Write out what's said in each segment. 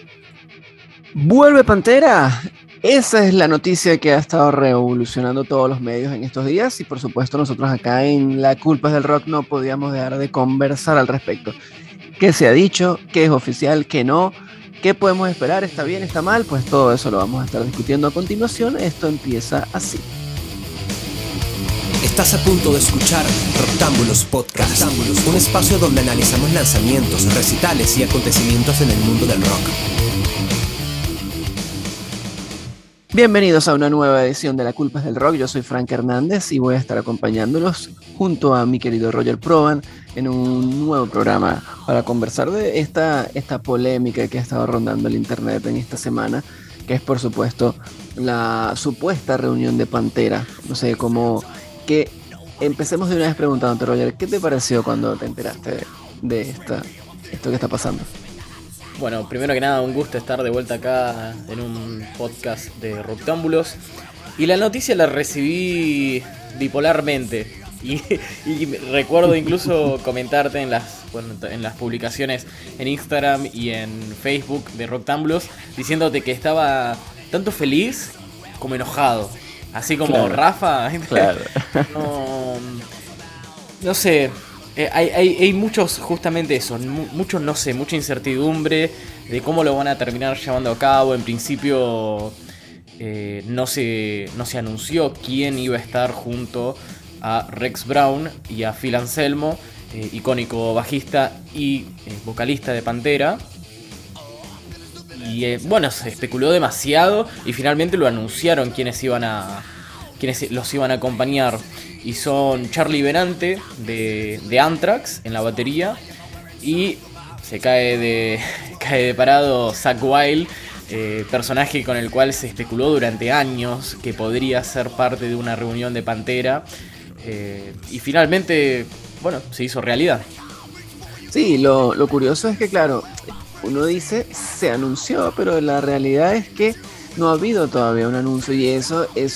¡Vuelve Pantera! Esa es la noticia que ha estado revolucionando todos los medios en estos días y por supuesto nosotros acá en La Culpa es del Rock no podíamos dejar de conversar al respecto. ¿Qué se ha dicho? ¿Qué es oficial? ¿Qué no? ¿Qué podemos esperar? ¿Está bien? ¿Está mal? Pues todo eso lo vamos a estar discutiendo a continuación. Esto empieza así. Estás a punto de escuchar Roctámbulos Podcast, un espacio donde analizamos lanzamientos, recitales y acontecimientos en el mundo del rock. Bienvenidos a una nueva edición de La Culpa es del Rock. Yo soy Frank Hernández y voy a estar acompañándolos junto a mi querido Roger Proban en un nuevo programa para conversar de esta polémica que ha estado rondando el internet en esta semana, que es por supuesto la supuesta reunión de Pantera. No sé, como que empecemos de una vez preguntándote, Roger, ¿qué te pareció cuando te enteraste de esto que está pasando? Bueno, primero que nada, un gusto estar de vuelta acá en un podcast de Roctámbulos. Y la noticia la recibí bipolarmente. Y recuerdo incluso comentarte en las publicaciones en Instagram y en Facebook de Roctámbulos, diciéndote que estaba tanto feliz como enojado. Así como claro. Rafa. Claro. No sé. Hay muchos, justamente eso, muchos no sé, mucha incertidumbre de cómo lo van a terminar llevando a cabo. En principio no se anunció quién iba a estar junto a Rex Brown y a Phil Anselmo, icónico bajista y vocalista de Pantera. Y bueno, se especuló demasiado y finalmente lo anunciaron quienes los iban a acompañar. Y son Charlie Benante de Anthrax en la batería. Y se cae de parado Zakk Wylde, personaje con el cual se especuló durante años que podría ser parte de una reunión de Pantera. Y finalmente, bueno, se hizo realidad. Sí, lo curioso es que, claro, uno dice se anunció, pero la realidad es que no ha habido todavía un anuncio. Y eso es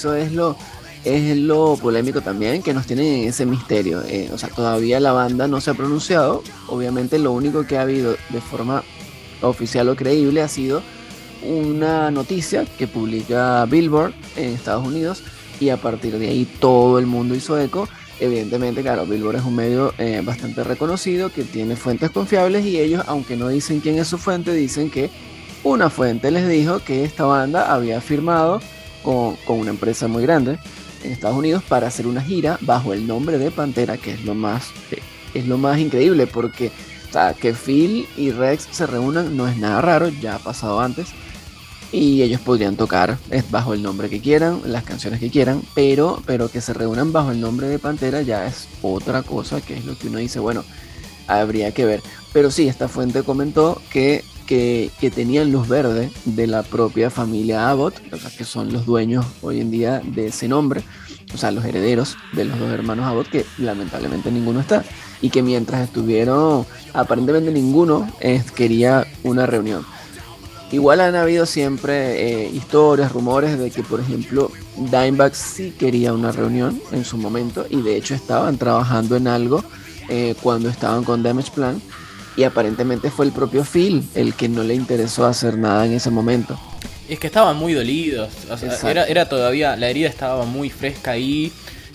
lo polémico también, que nos tienen en ese misterio. O sea, todavía la banda no se ha pronunciado. Obviamente lo único que ha habido de forma oficial o creíble ha sido una noticia que publica Billboard en Estados Unidos, y a partir de ahí todo el mundo hizo eco. Evidentemente, claro, Billboard es un medio bastante reconocido, que tiene fuentes confiables, y ellos, aunque no dicen quién es su fuente, dicen que una fuente les dijo que esta banda había firmado con una empresa muy grande en Estados Unidos para hacer una gira bajo el nombre de Pantera, que es lo más increíble, porque o sea, que Phil y Rex se reúnan no es nada raro, ya ha pasado antes, y ellos podrían tocar bajo el nombre que quieran, las canciones que quieran, pero que se reúnan bajo el nombre de Pantera ya es otra cosa, que es lo que uno dice, bueno, habría que ver. Pero sí, esta fuente comentó que tenían luz verde de la propia familia Abbott, o sea, que son los dueños hoy en día de ese nombre, o sea, los herederos de los dos hermanos Abbott, que lamentablemente ninguno está, y que mientras estuvieron, aparentemente ninguno quería una reunión. Igual han habido siempre historias, rumores de que, por ejemplo, Dimebag sí quería una reunión en su momento, y de hecho estaban trabajando en algo cuando estaban con Damageplan. Y aparentemente fue el propio Phil el que no le interesó hacer nada en ese momento. Es que estaban muy dolidos. O sea, era todavía, la herida estaba muy fresca ahí.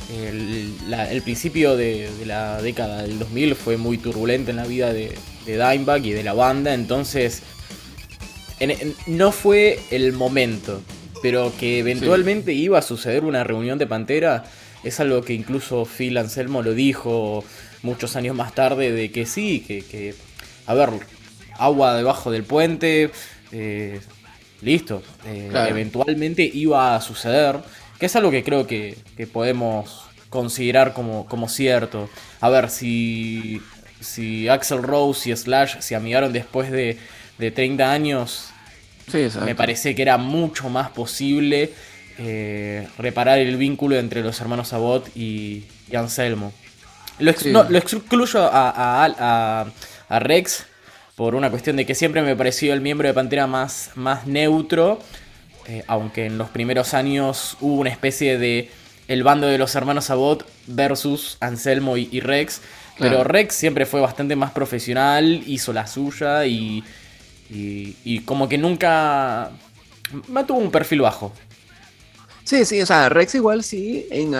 El principio de la década del 2000 fue muy turbulento en la vida de Dimebag y de la banda. Entonces, no fue el momento. Pero que eventualmente iba a suceder una reunión de Pantera, es algo que incluso Phil Anselmo lo dijo muchos años más tarde, de que sí, que a ver, agua debajo del puente, listo, claro. Eventualmente iba a suceder, que es algo que creo que podemos considerar como cierto. A ver, si Axl Rose y Slash se amigaron después de 30 años, sí, me parece que era mucho más posible reparar el vínculo entre los hermanos Abbott y Anselmo. Lo excluyo a Rex por una cuestión de que siempre me pareció el miembro de Pantera más neutro, aunque en los primeros años hubo una especie de el bando de los hermanos Abbott versus Anselmo y Rex, claro. Pero Rex siempre fue bastante más profesional, hizo la suya y y como que nunca mantuvo un perfil bajo. Sí, o sea, Rex igual sí, en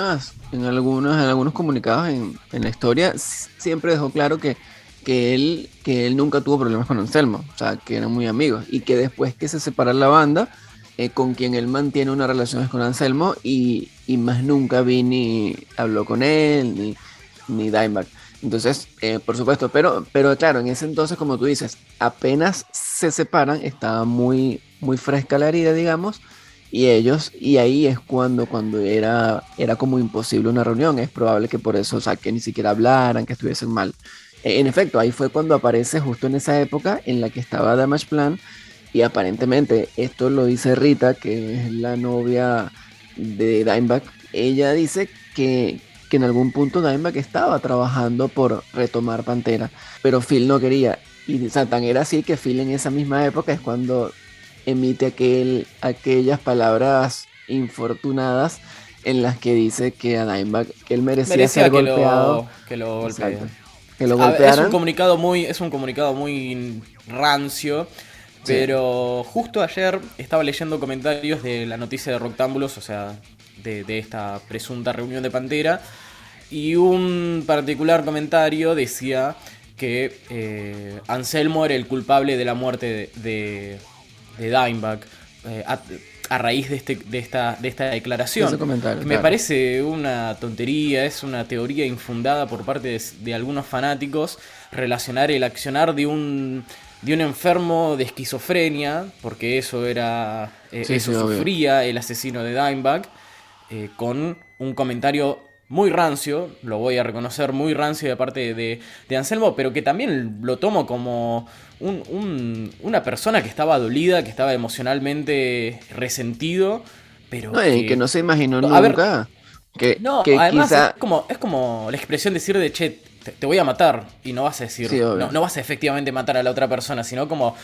algunos comunicados en la historia, siempre dejó claro que él nunca tuvo problemas con Anselmo, o sea, que eran muy amigos, y que después que se separa la banda, con quien él mantiene una relación es con Anselmo, y más nunca Vinny habló con él, ni Dimebag. Entonces, por supuesto, pero claro, en ese entonces, como tú dices, apenas se separan, estaba muy, muy fresca la herida, digamos, y ahí es cuando era como imposible una reunión. Es probable que por eso, o sea, que ni siquiera hablaran, que estuviesen mal. En efecto, ahí fue cuando aparece justo en esa época en la que estaba Damage Plan, y aparentemente esto lo dice Rita, que es la novia de Dimebag. Ella dice que en algún punto Dimebag estaba trabajando por retomar Pantera, pero Phil no quería. Y o sea, tan era así que Phil en esa misma época es cuando emite aquellas palabras infortunadas en las que dice que a Dimebag que él merecía ser golpeado. Que lo Exacto, golpeen. que lo Es un golpearan. comunicado muy rancio. Sí. Pero justo ayer estaba leyendo comentarios de la noticia de Roctámbulos, o sea, de esta presunta reunión de Pantera. Y un particular comentario decía que Anselmo era el culpable de la muerte de Dimebag, a raíz de esta declaración. Ese comentario, Que me claro. parece una tontería, es una teoría infundada por parte de algunos fanáticos relacionar el accionar de un enfermo de esquizofrenia, porque eso era Sí, eso sí, obvio. sufría el asesino de Dimebag, con un comentario muy rancio, lo voy a reconocer, muy rancio de parte de Anselmo, pero que también lo tomo como una persona que estaba dolida, que estaba emocionalmente resentido, pero No, y que no se imaginó a ver, nunca no, que además quizá, es como la expresión decir de che, te voy a matar, y no vas a decir, sí, obvio. no vas a efectivamente matar a la otra persona, sino como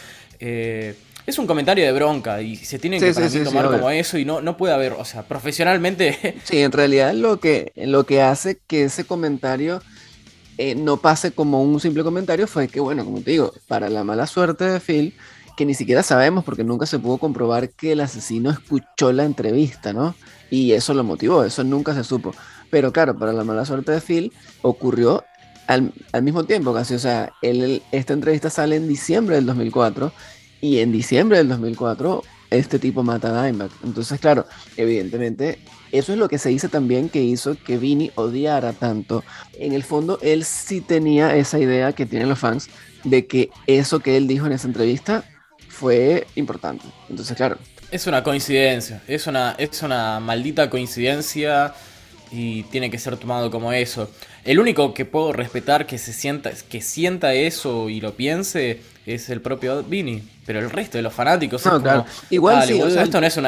es un comentario de bronca y se tienen que Sí, para sí, mí sí, sí, tomar obvio. como eso y no puede haber, o sea, profesionalmente. Sí, en realidad lo que hace que ese comentario no pase como un simple comentario fue que, bueno, como te digo, para la mala suerte de Phil, que ni siquiera sabemos porque nunca se pudo comprobar que el asesino escuchó la entrevista, ¿no? Y eso lo motivó, eso nunca se supo. Pero claro, para la mala suerte de Phil, ocurrió al mismo tiempo casi. O sea, esta entrevista sale en diciembre del 2004, y en diciembre del 2004 este tipo mata a Dimebag. Entonces, claro, evidentemente, eso es lo que se dice también que hizo que Vinny odiara tanto. En el fondo, él sí tenía esa idea que tienen los fans de que eso que él dijo en esa entrevista fue importante. Entonces, claro, Es una coincidencia, es una maldita coincidencia y tiene que ser tomado como eso. El único que puedo respetar que sienta eso y lo piense es el propio Vini, pero el resto de los fanáticos es no, claro, como, igual dale, sí, o boludo, sea,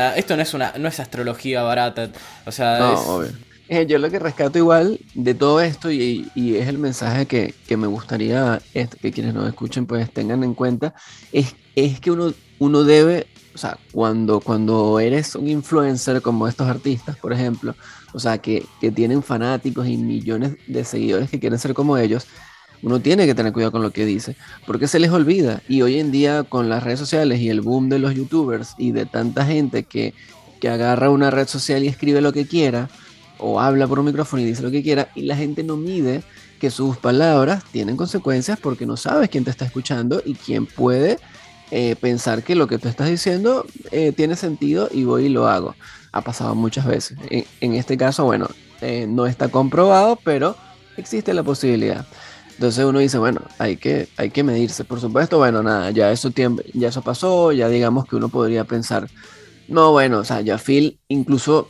no es astrología barata, o sea, no, es obvio. Yo lo que rescato igual de todo esto, y es el mensaje que me gustaría que quienes nos escuchen pues tengan en cuenta, es que uno debe, o sea, cuando eres un influencer como estos artistas, por ejemplo, o sea, que tienen fanáticos y millones de seguidores que quieren ser como ellos, uno tiene que tener cuidado con lo que dice, porque se les olvida. Y hoy en día con las redes sociales y el boom de los youtubers y de tanta gente que agarra una red social y escribe lo que quiera, o habla por un micrófono y dice lo que quiera, y la gente no mide que sus palabras tienen consecuencias porque no sabes quién te está escuchando y quién puede pensar que lo que tú estás diciendo tiene sentido y voy y lo hago. Ha pasado muchas veces. En este caso, bueno, no está comprobado, pero existe la posibilidad. Entonces uno dice, bueno, hay que medirse. Por supuesto, bueno, nada, ya eso pasó, ya digamos que uno podría pensar, no, bueno, o sea, ya Phil, incluso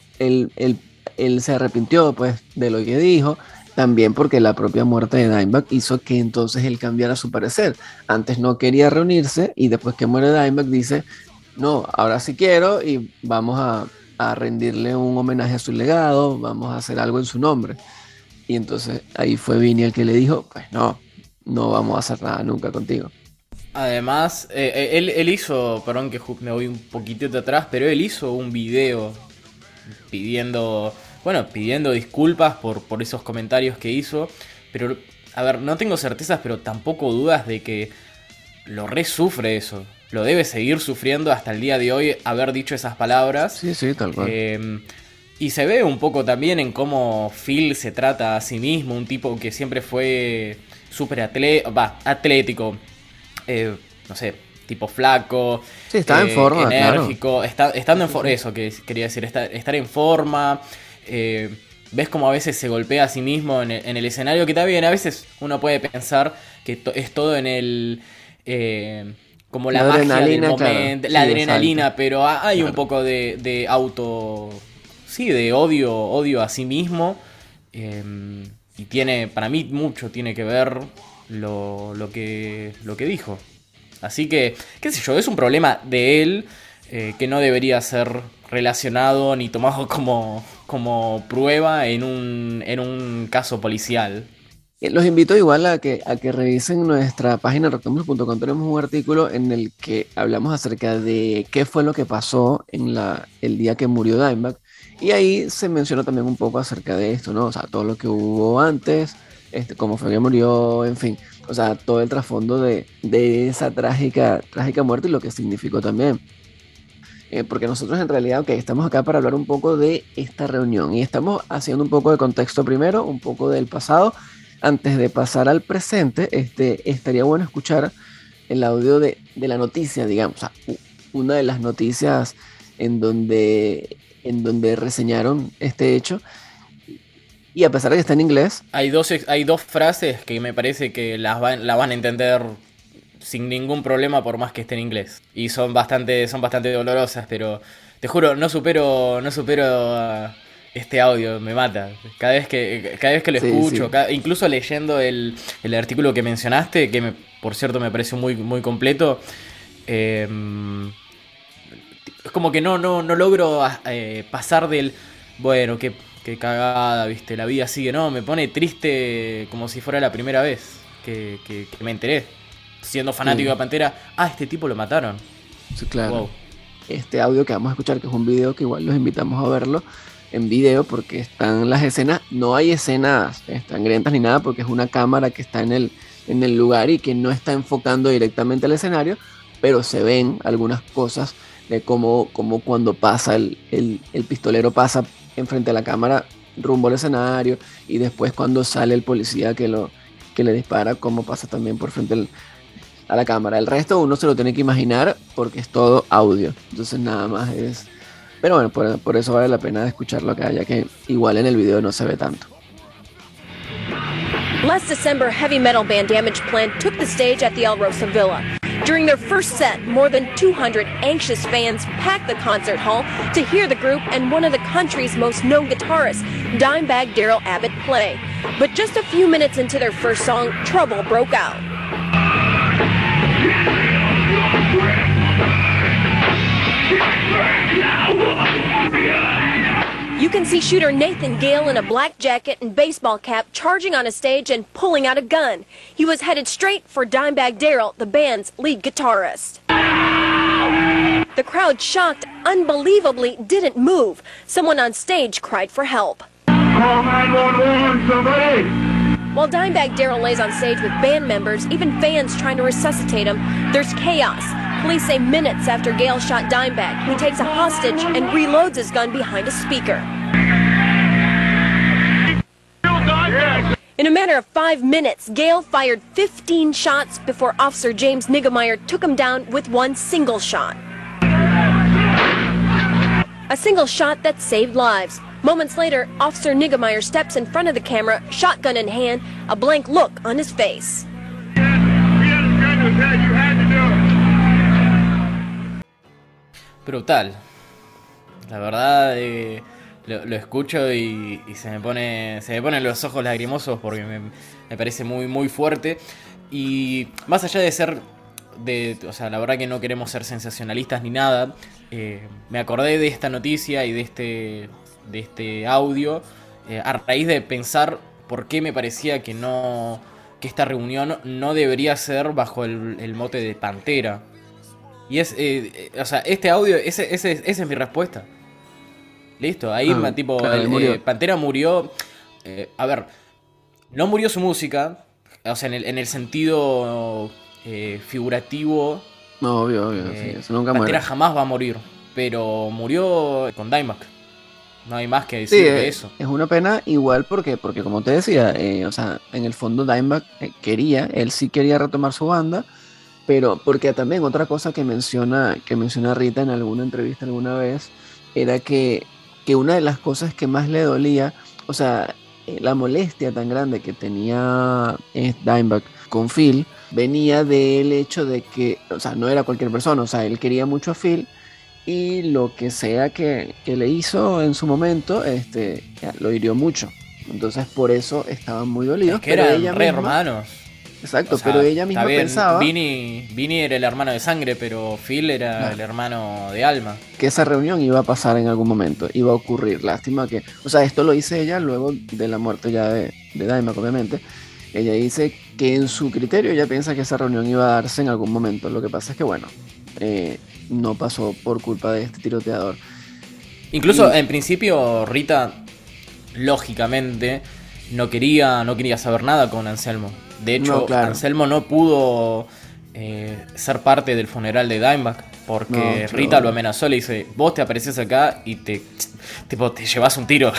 él se arrepintió pues de lo que dijo, también porque la propia muerte de Dimebag hizo que entonces él cambiara su parecer. Antes no quería reunirse y después que muere Dimebag dice, no, ahora sí quiero y vamos a rendirle un homenaje a su legado, vamos a hacer algo en su nombre. Y entonces ahí fue Vinny el que le dijo, pues no vamos a hacer nada nunca contigo. además, él hizo, perdón que me voy un poquitito atrás, pero él hizo un video pidiendo, bueno, pidiendo disculpas por esos comentarios que hizo, pero, a ver, no tengo certezas, pero tampoco dudas de que lo resufre eso. Lo debe seguir sufriendo hasta el día de hoy haber dicho esas palabras. Sí, sí, tal cual. Y se ve un poco también en cómo Phil se trata a sí mismo, un tipo que siempre fue súper atlético, no sé, tipo flaco, sí, estaba en forma, enérgico, claro. Estando en forma, eso que quería decir, estar en forma. Ves como a veces se golpea a sí mismo en el escenario, que está bien, a veces uno puede pensar que es todo en el... como la magia del momento, claro. la Sí, adrenalina, exacto. pero hay Claro. un poco de auto... Sí, de odio a sí mismo. Y tiene, para mí, mucho tiene que ver lo que dijo. Así que, qué sé yo, es un problema de él que no debería ser relacionado ni tomado como prueba en un caso policial. Los invito igual a que revisen nuestra página rectángulos.com. Tenemos un artículo en el que hablamos acerca de qué fue lo que pasó el día que murió Dimebag. Y ahí se menciona también un poco acerca de esto, ¿no? O sea, todo lo que hubo antes, cómo fue que murió, en fin. O sea, todo el trasfondo de esa trágica muerte y lo que significó también. Porque nosotros en realidad, ok, estamos acá para hablar un poco de esta reunión y estamos haciendo un poco de contexto primero, un poco del pasado. Antes de pasar al presente, estaría bueno escuchar el audio de la noticia, digamos, o sea, una de las noticias en donde reseñaron este hecho. Y a pesar de que está en inglés, Hay dos frases que me parece que la van a entender sin ningún problema por más que esté en inglés. Y son bastante dolorosas, pero te juro, no supero este audio, me mata. Cada vez que lo sí, escucho, sí, incluso leyendo el artículo que mencionaste, que por cierto me pareció muy, muy completo, eh, es como que no logro pasar del, bueno, qué cagada, viste, la vida sigue, no, me pone triste como si fuera la primera vez que me enteré. Siendo fanático sí, de Pantera, este tipo lo mataron. sí, claro. Wow. Este audio que vamos a escuchar, que es un video que igual los invitamos a verlo en video porque están las escenas, no hay escenas sangrientas ni nada porque es una cámara que está en el lugar y que no está enfocando directamente al escenario, pero se ven algunas cosas de cómo cuando pasa el pistolero pasa enfrente de la cámara rumbo al escenario y después cuando sale el policía que le dispara, cómo pasa también por frente a la cámara. El resto uno se lo tiene que imaginar porque es todo audio. Entonces nada más es... Pero bueno, por eso vale la pena escucharlo acá, ya que igual en el video no se ve tanto. Last December, heavy metal band Damage Plan took the stage at the El Rosa Villa. During their first set, more than 200 anxious fans packed the concert hall to hear the group and one of the country's most known guitarists, Dimebag Darrell Abbott, play. But just a few minutes into their first song, trouble broke out. You can see shooter Nathan Gale in a black jacket and baseball cap charging on a stage and pulling out a gun. He was headed straight for Dimebag Darrell, the band's lead guitarist. The crowd, shocked, unbelievably didn't move. Someone on stage cried for help. Call 911, somebody! While Dimebag Darrell lays on stage with band members, even fans trying to resuscitate him, there's chaos. Police say minutes after Gale shot Dimebag, he takes a hostage and reloads his gun behind a speaker. In a matter of 5 minutes, Gale fired 15 shots before Officer James Niggemeyer took him down with one single shot. A single shot that saved lives. Moments later, Officer Niggemeyer steps in front of the camera, shotgun in hand, a blank look on his face. Brutal. La verdad, lo escucho y se me ponen los ojos lagrimosos porque me parece muy, muy fuerte. Y más allá de ser, o sea, la verdad que no queremos ser sensacionalistas ni nada, me acordé de esta noticia y de este audio a raíz de pensar por qué me parecía que esta reunión no debería ser bajo el mote de Pantera. Y o sea, este audio, esa es mi respuesta. Listo, ahí tipo, claro, Pantera murió. A ver, no murió su música, o sea, en el sentido figurativo. No, obvio, sí, eso nunca Pantera muere. jamás va a morir, pero murió con Dimebag. No hay más que decir de eso. Es una pena igual porque como te decía, o sea, en el fondo Dimebag él sí quería retomar su banda, pero porque también otra cosa que menciona Rita en alguna entrevista alguna vez, era que una de las cosas que más le dolía, o sea, la molestia tan grande que tenía Dimebag con Phil, venía del hecho de que, o sea, no era cualquier persona, o sea, él quería mucho a Phil, y lo que sea que le hizo en su momento, lo hirió mucho. Entonces por eso estaban muy dolidos. Es que pero eran ella re misma, hermanos. exacto, O sea, pero ella misma está bien, pensaba Vinny era el hermano de sangre, pero Phil era Claro. el hermano de alma. que esa reunión iba a pasar en algún momento, iba a ocurrir. Lástima que, o sea, esto lo dice ella luego de la muerte ya de Dimebag, obviamente. Ella dice que en su criterio ella piensa que esa reunión iba a darse en algún momento. Lo que pasa es que, bueno, no pasó por culpa de este tiroteador. Incluso en principio Rita, lógicamente, no quería saber nada con Anselmo. De hecho, No, claro. Anselmo no pudo ser parte del funeral de Dimebag porque No, Rita no. lo amenazó, le dice, vos te apareces acá y te llevas un tiro.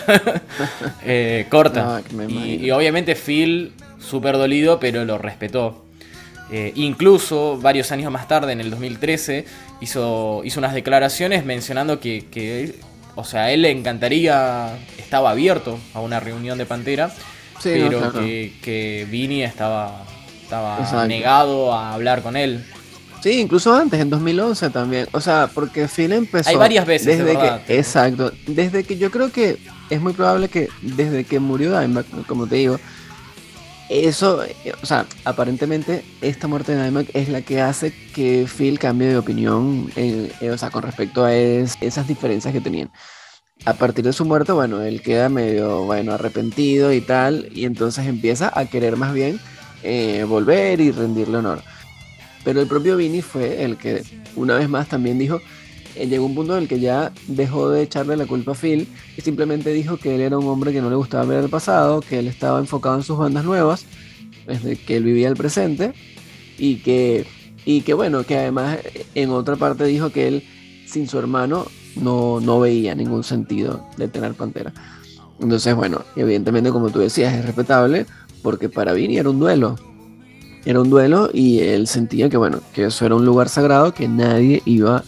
Corta. No, que me imagino. Y obviamente Phil, súper dolido, pero lo respetó. Incluso varios años más tarde, en el 2013, hizo unas declaraciones mencionando que o sea, a él le encantaría, estaba abierto a una reunión de Pantera, Sí, pero no, claro. que Vinny estaba Exacto. negado a hablar con él. Sí, incluso antes, en 2011 también. O sea, porque Phil empezó... Hay varias veces, desde de verdad. Exacto. Desde que yo creo que es muy probable que desde que murió Dimebag, como te digo, eso, o sea, aparentemente esta muerte de Dimebag es la que hace que Phil cambie de opinión, o sea, con respecto a esas diferencias que tenían. A partir de su muerte, bueno, él queda medio, bueno, arrepentido y tal, y entonces empieza a querer más bien volver y rendirle honor. Pero el propio Vinny fue el que una vez más también dijo, llegó un punto en el que ya dejó de echarle la culpa a Phil y simplemente dijo que él era un hombre que no le gustaba ver el pasado, que él estaba enfocado en sus bandas nuevas, que él vivía el presente y que bueno, que además en otra parte dijo que él sin su hermano no veía ningún sentido de tener Pantera. Entonces, bueno, evidentemente como tú decías, es respetable porque para Vinny era un duelo. Era un duelo y él sentía que, bueno, que eso era un lugar sagrado que nadie iba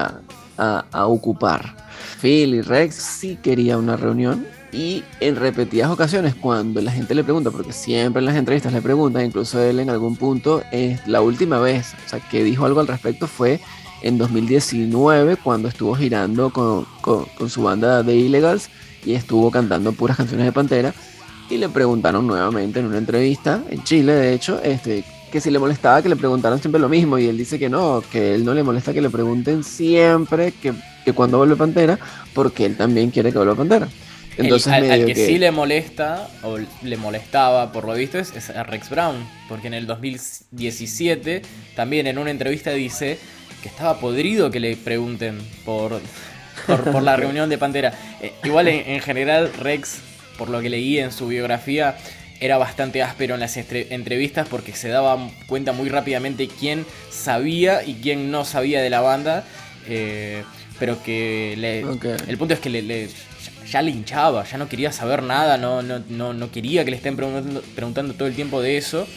a ocupar. Phil y Rex sí quería una reunión y en repetidas ocasiones cuando la gente le pregunta, porque siempre en las entrevistas le preguntan, incluso él en algún punto, la última vez, o sea, que dijo algo al respecto fue en 2019 cuando estuvo girando con su banda de Illegals y estuvo cantando puras canciones de Pantera. Y le preguntaron nuevamente en una entrevista, en Chile de hecho, que si le molestaba que le preguntaran siempre lo mismo. Y él dice que no, que él no le molesta que le pregunten siempre que cuando vuelve Pantera, porque él también quiere que vuelva Pantera. Entonces al que sí le molesta, o le molestaba por lo visto, es a Rex Brown. Porque en el 2017, también en una entrevista dice que estaba podrido que le pregunten por la reunión de Pantera. Igual en general Rex, por lo que leí en su biografía, era bastante áspero en las entrevistas porque se daba cuenta muy rápidamente quién sabía y quién no sabía de la banda, pero que el punto es que ya le hinchaba, ya no quería saber nada, no quería que le estén preguntando todo el tiempo de eso,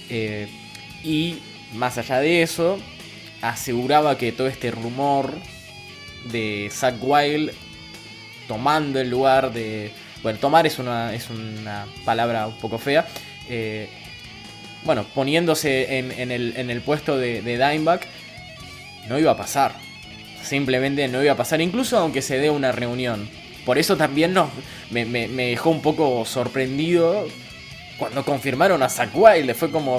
y más allá de eso aseguraba que todo este rumor de Zakk Wylde tomando el lugar de... Bueno, tomar es una palabra un poco fea. Bueno, poniéndose en el puesto de Dimebag, no iba a pasar. Simplemente no iba a pasar, incluso aunque se dé una reunión. Por eso también me dejó un poco sorprendido cuando confirmaron a Zakk Wylde. Fue como...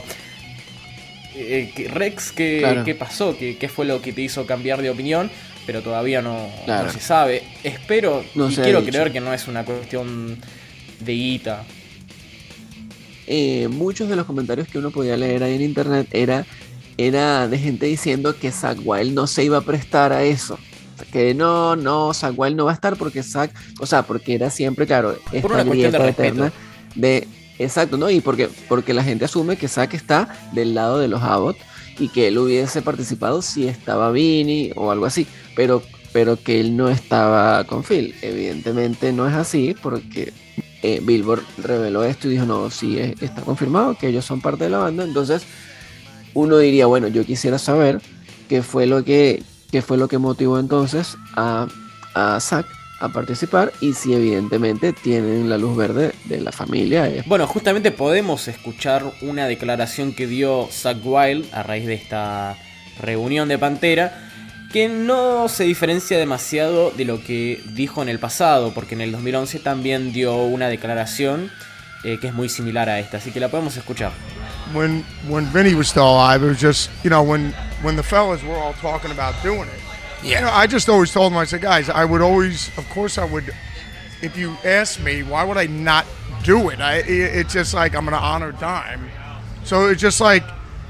Rex, Claro. ¿qué pasó? ¿Qué fue lo que te hizo cambiar de opinión? Pero todavía no se sabe. Espero No y se ha quiero dicho. creer que no es una cuestión de guita. Muchos de los comentarios que uno podía leer ahí en internet era de gente diciendo que Zakk Wylde no se iba a prestar a eso. O sea, que no, Zakk Wylde no va a estar porque porque era siempre, claro, Por esta una cuestión de grieta respeto. eterna de... Exacto, ¿no? Y porque la gente asume que Zakk está del lado de los Abbott y que él hubiese participado si estaba Vinny o algo así, pero que él no estaba con Phil. Evidentemente no es así porque Billboard reveló esto y dijo, no, sí, está confirmado que ellos son parte de la banda. Entonces uno diría, bueno, yo quisiera saber qué fue lo que motivó entonces a Zakk a participar y si evidentemente tienen la luz verde de la familia. Bueno, justamente podemos escuchar una declaración que dio Zakk Wylde a raíz de esta reunión de Pantera, que no se diferencia demasiado de lo que dijo en el pasado, porque en el 2011 también dio una declaración que es muy similar a esta, así que la podemos escuchar. When Vinny was still alive, it was just, when the fellas were all talking about doing it. Yeah. I just always told them, I said, guys, I would always, of course I would, if you asked me, why would I not do it? It's just like, I'm going to honor Dime. So it's just like,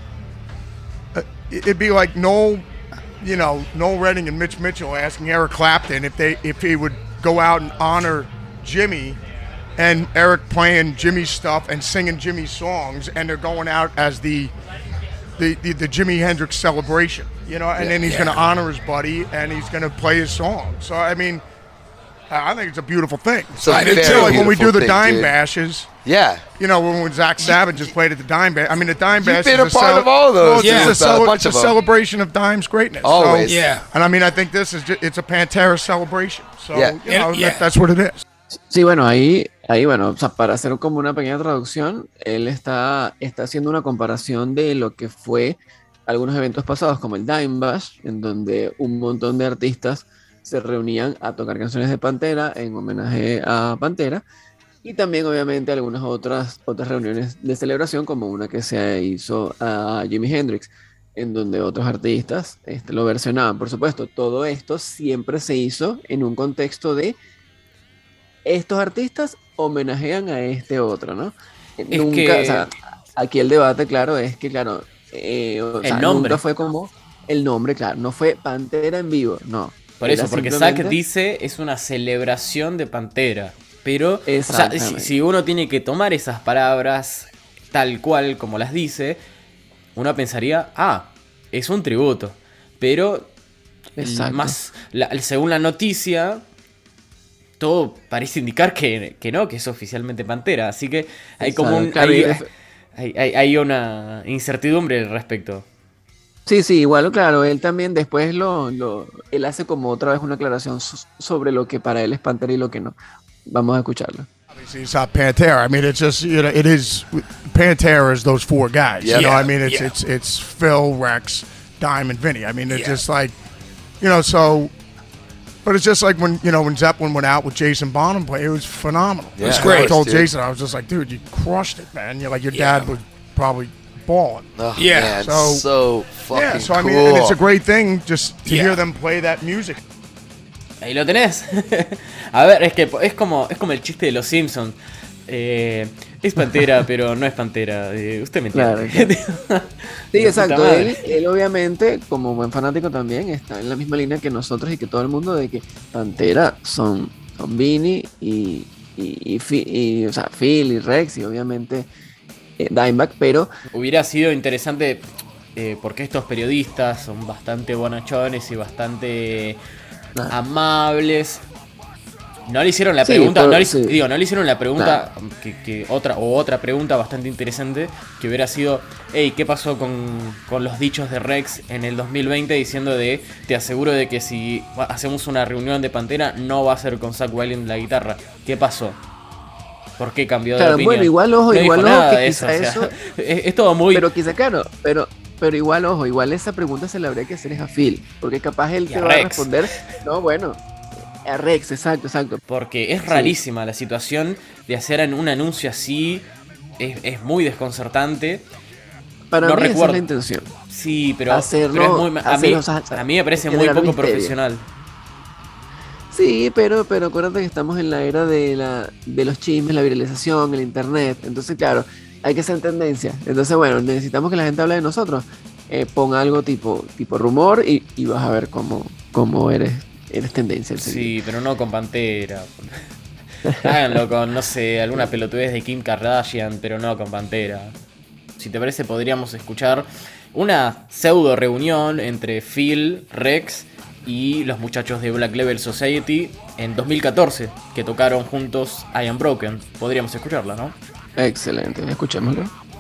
it'd be like Noel Redding and Mitch Mitchell asking Eric Clapton if he would go out and honor Jimmy, and Eric playing Jimmy's stuff and singing Jimmy's songs, and they're going out as the Jimi Hendrix celebration, and then he's going to honor his buddy and he's going to play his song. So I mean, I think it's a beautiful thing. So like when we do the Dime Bashes. Yeah. When Zach Savage just played at the Dime Bash. I mean, the Dime Bash You've been a part of all those. Well, it's a celebration of Dime's greatness. Always. So, yeah. And I mean, I think it's a Pantera celebration. So, that's what it is. Sí, bueno, ahí, bueno, o sea, para hacer como una pequeña traducción, él está haciendo una comparación de lo que fue algunos eventos pasados, como el Dime Bash, en donde un montón de artistas se reunían a tocar canciones de Pantera en homenaje a Pantera, y también obviamente algunas otras reuniones de celebración, como una que se hizo a Jimi Hendrix, en donde otros artistas lo versionaban. Por supuesto, todo esto siempre se hizo en un contexto de estos artistas homenajean a este otro, ¿no? O sea, aquí el debate, claro, es que, claro, el nombre nunca fue como el nombre, claro, no fue Pantera en vivo, no. Por eso, porque Zakk dice es una celebración de Pantera, pero, o sea, si uno tiene que tomar esas palabras tal cual como las dice, uno pensaría, es un tributo, pero según la noticia, todo parece indicar que no, que es oficialmente Pantera. Así que hay como hay una incertidumbre al respecto. Sí, igual, claro, él también después él hace como otra vez una aclaración sobre lo que para él es Pantera y lo que no. Vamos a escucharlo. Obviously, it's not Pantera. I mean, it's just, it is, Pantera is those four guys. Yeah. I mean, it's Phil, Rex, Dime, and Vinny. I mean, it's just like, so... But it's just like when Zeppelin went out with Jason Bonham play, it was phenomenal. Yeah, it's great. I told Jason, I was just like, dude, you crushed it, man. You're like, your dad was probably balling. Oh, man, so fucking so I cool. mean, and it's a great thing just to hear them play that music. Ahí lo tenés. A ver, es que es como el chiste de los Simpsons. Es Pantera, pero no es Pantera. Usted me entiende. Claro. Sí, exacto. Él obviamente, como buen fanático también, está en la misma línea que nosotros y que todo el mundo, de que Pantera son Vinny y o sea, Phil y Rex y obviamente Dimebag, pero... Hubiera sido interesante porque estos periodistas son bastante bonachones y bastante amables. No le hicieron la pregunta, no le hicieron la pregunta que otra pregunta bastante interesante que hubiera sido, hey, ¿qué pasó con los dichos de Rex en el 2020 diciendo te aseguro de que si hacemos una reunión de Pantera no va a ser con Zakk Wylde en la guitarra? ¿Qué pasó? ¿Por qué cambió de opinión? Bueno, igual ojo, no igual ojo ojo, que quizá eso es todo muy... Pero quizá, claro, pero igual ojo, igual esa pregunta se la habría que hacer a Phil, porque capaz él te va a responder, no, bueno... A Rex, exacto. Porque es rarísima la situación de hacer un anuncio así. Es muy desconcertante. Para no mí recuerdo. Esa es la intención. Sí, pero hacerlo, a mí me parece muy poco misterio. Profesional. Sí, pero acuérdate que estamos en la era de los chismes, la viralización, el internet. Entonces, claro, hay que ser tendencia. Entonces, bueno, necesitamos que la gente hable de nosotros. Ponga algo tipo rumor y vas a ver cómo eres tendencia. Sí, pero no con Pantera. Háganlo con, no sé, alguna pelotudez de Kim Kardashian, pero no con Pantera. Si te parece, podríamos escuchar una pseudo reunión entre Phil, Rex y los muchachos de Black Label Society en 2014, que tocaron juntos I Am Broken. Podríamos escucharla, ¿no? Excelente, escuchémoslo.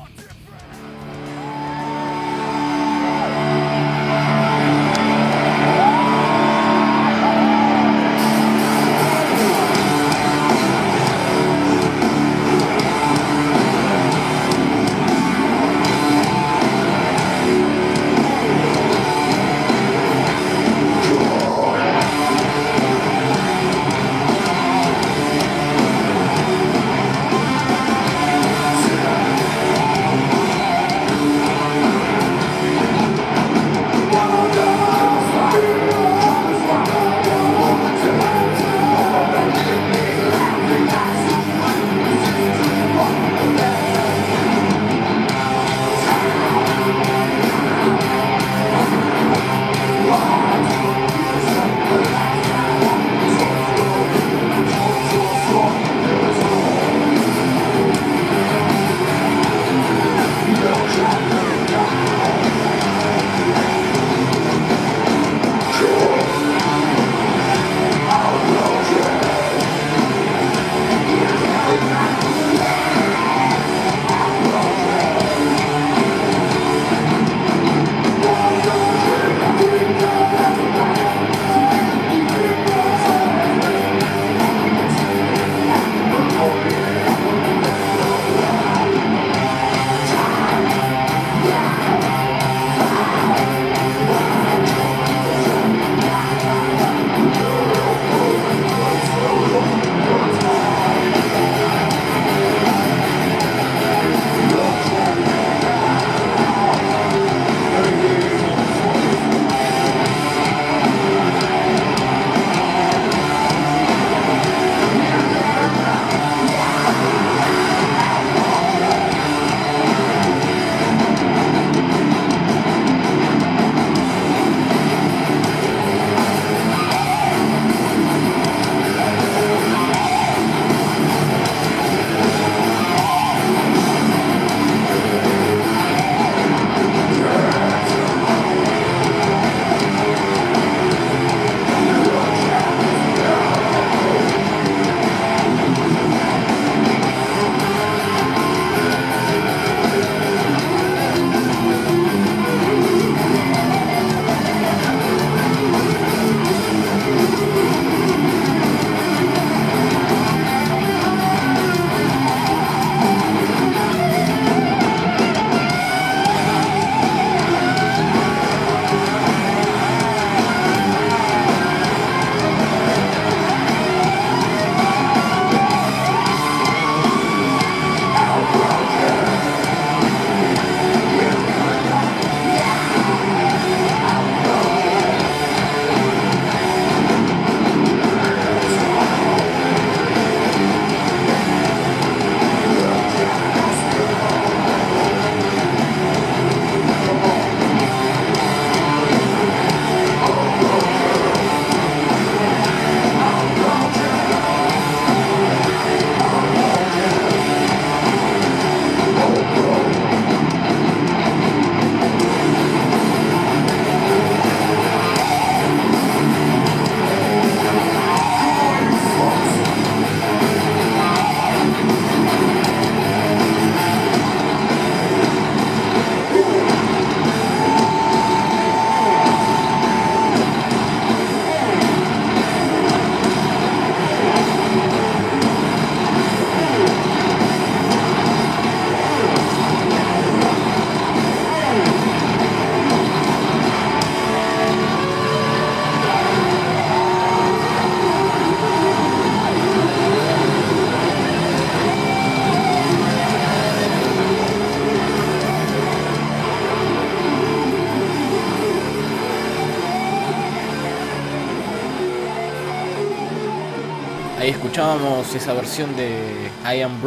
Ahí escuchábamos esa versión de I'm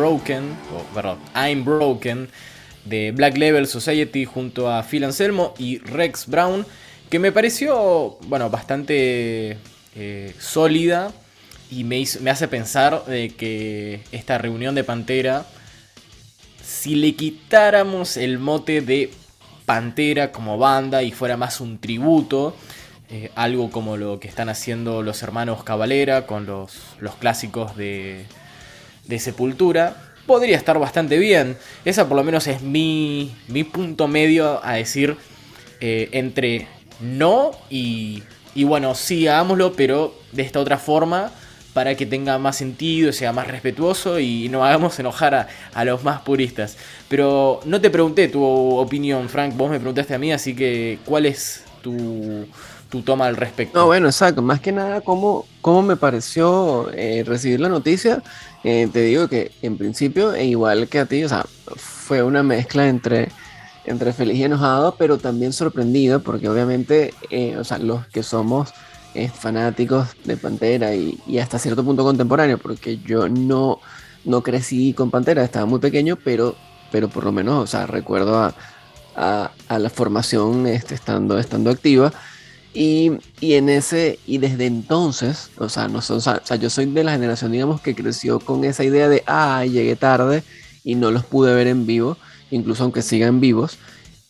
Broken de Black Label Society junto a Phil Anselmo y Rex Brown, que me pareció, bueno, bastante sólida, y me hace pensar de que esta reunión de Pantera, si le quitáramos el mote de Pantera como banda y fuera más un tributo, algo como lo que están haciendo los hermanos Cavalera con los clásicos de Sepultura, podría estar bastante bien. Esa por lo menos es mi punto medio a decir, entre no y bueno, sí, hagámoslo, pero de esta otra forma, para que tenga más sentido, sea más respetuoso y no hagamos enojar a los más puristas. Pero no te pregunté tu opinión, Frank, vos me preguntaste a mí, así que ¿cuál es tu toma al respecto? No, bueno, exacto, más que nada cómo me pareció recibir la noticia. Te digo que en principio, e igual que a ti, o sea, fue una mezcla entre feliz y enojado, pero también sorprendido, porque obviamente, o sea, los que somos fanáticos de Pantera y hasta cierto punto contemporáneo, porque yo no crecí con Pantera, estaba muy pequeño, pero por lo menos, o sea, recuerdo a la formación estando activa. Y desde entonces, o sea, yo soy de la generación, digamos, que creció con esa idea de, llegué tarde y no los pude ver en vivo, incluso aunque sigan vivos.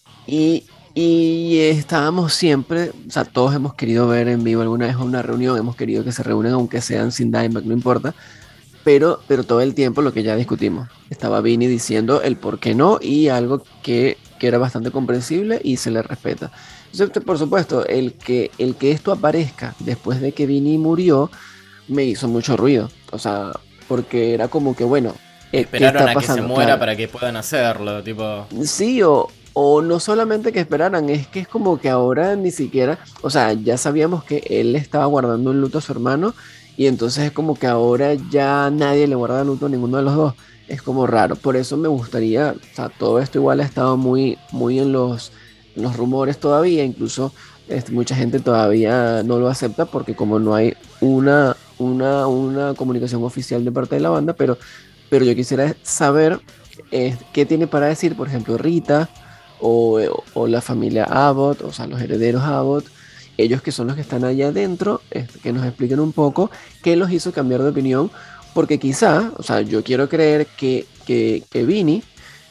Y estábamos siempre, o sea, todos hemos querido ver en vivo alguna vez una reunión, hemos querido que se reúnan aunque sean sin Dimebag, no importa. Pero todo el tiempo lo que ya discutimos, estaba Vinny diciendo el por qué no y algo que era bastante comprensible y se le respeta. Entonces, por supuesto, el que esto aparezca después de que Vinny murió me hizo mucho ruido. O sea, porque era como que, bueno, esperaron a que se muera, claro, para que puedan hacerlo, tipo. Sí, o no solamente que esperaran, es que es como que ahora ni siquiera, o sea, ya sabíamos que él estaba guardando un luto a su hermano y entonces es como que ahora ya nadie le guarda luto a ninguno de los dos. Es como raro, por eso me gustaría, o sea, todo esto igual ha estado muy en los rumores todavía, incluso mucha gente todavía no lo acepta porque como no hay una comunicación oficial de parte de la banda, pero yo quisiera saber qué tiene para decir, por ejemplo, Rita o la familia Abbott, o sea, los herederos Abbott, ellos que son los que están allá adentro, que nos expliquen un poco qué los hizo cambiar de opinión, porque quizá, o sea, yo quiero creer que Vinny,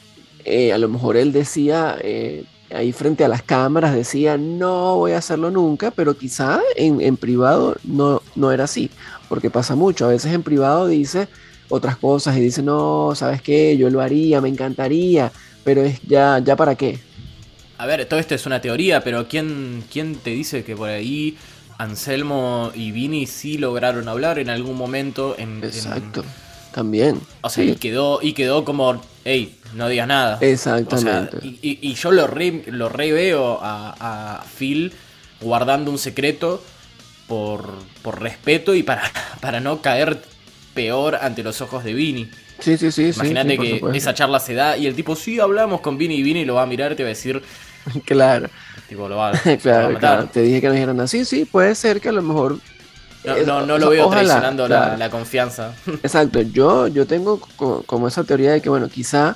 a lo mejor él decía, ahí frente a las cámaras decía, no voy a hacerlo nunca, pero quizá en privado no era así, porque pasa mucho, a veces en privado dice otras cosas y dice, no, ¿sabes qué? Yo lo haría, me encantaría, pero es ya para qué. A ver, todo esto es una teoría, pero ¿quién te dice que por ahí Anselmo y Vinny sí lograron hablar en algún momento? Exacto, también. O sea, sí. y quedó como, hey, no digas nada. Exactamente. O sea, y yo lo re veo a Phil guardando un secreto por respeto y para no caer peor ante los ojos de Vinny. Sí. Imagínate que esa charla se da y el tipo, sí, hablamos con Vinny y Vinny lo va a mirar y te va a decir... Claro. Tipo, lo va a claro, matar. claro. Te dije que no dijeran nada. Sí, puede ser que a lo mejor... No lo veo ojalá, traicionando claro. la confianza. Exacto, yo tengo como esa teoría de que, bueno, quizá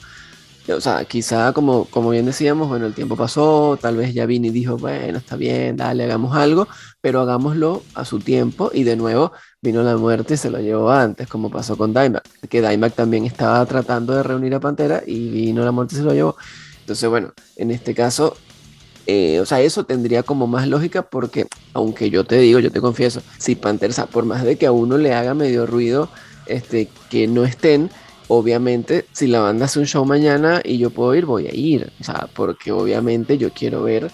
como bien decíamos, bueno, el tiempo pasó, tal vez ya Vinny dijo, bueno, está bien, dale, hagamos algo, pero hagámoslo a su tiempo, y de nuevo vino la muerte y se lo llevó antes, como pasó con Dimebag, que Dimebag también estaba tratando de reunir a Pantera y vino la muerte y se lo llevó. Entonces, bueno, en este caso, eso tendría como más lógica porque, aunque yo te confieso, si Pantera, o sea, por más de que a uno le haga medio ruido que no estén, obviamente, si la banda hace un show mañana y yo puedo ir, voy a ir. O sea, porque obviamente yo quiero ver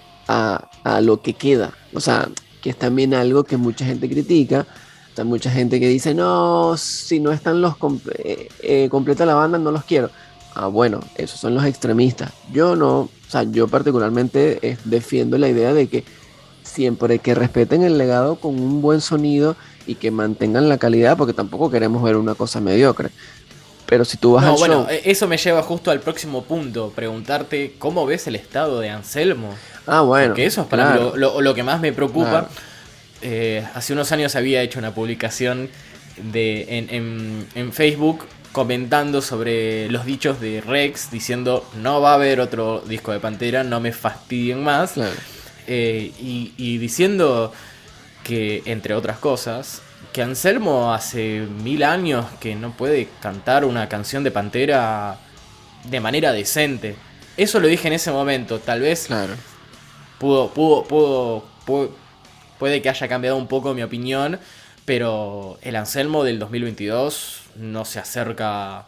a lo que queda. O sea, que es también algo que mucha gente critica. O sea, mucha gente que dice, no, si no están los completa la banda, no los quiero. Bueno, esos son los extremistas. Yo no, o sea, yo particularmente defiendo la idea de que siempre que respeten el legado con un buen sonido y que mantengan la calidad, porque tampoco queremos ver una cosa mediocre. Pero si tú vas al show... Eso me lleva justo al próximo punto, preguntarte cómo ves el estado de Anselmo. Bueno. Porque eso es para mí lo que más me preocupa. Claro. Hace unos años había hecho una publicación en Facebook comentando sobre los dichos de Rex, diciendo no va a haber otro disco de Pantera, no me fastidien más. Claro. Y diciendo que, entre otras cosas, que Anselmo hace 1000 años que no puede cantar una canción de Pantera de manera decente. Eso lo dije en ese momento. Tal vez Claro. puede que haya cambiado un poco mi opinión, pero el Anselmo del 2022 no se acerca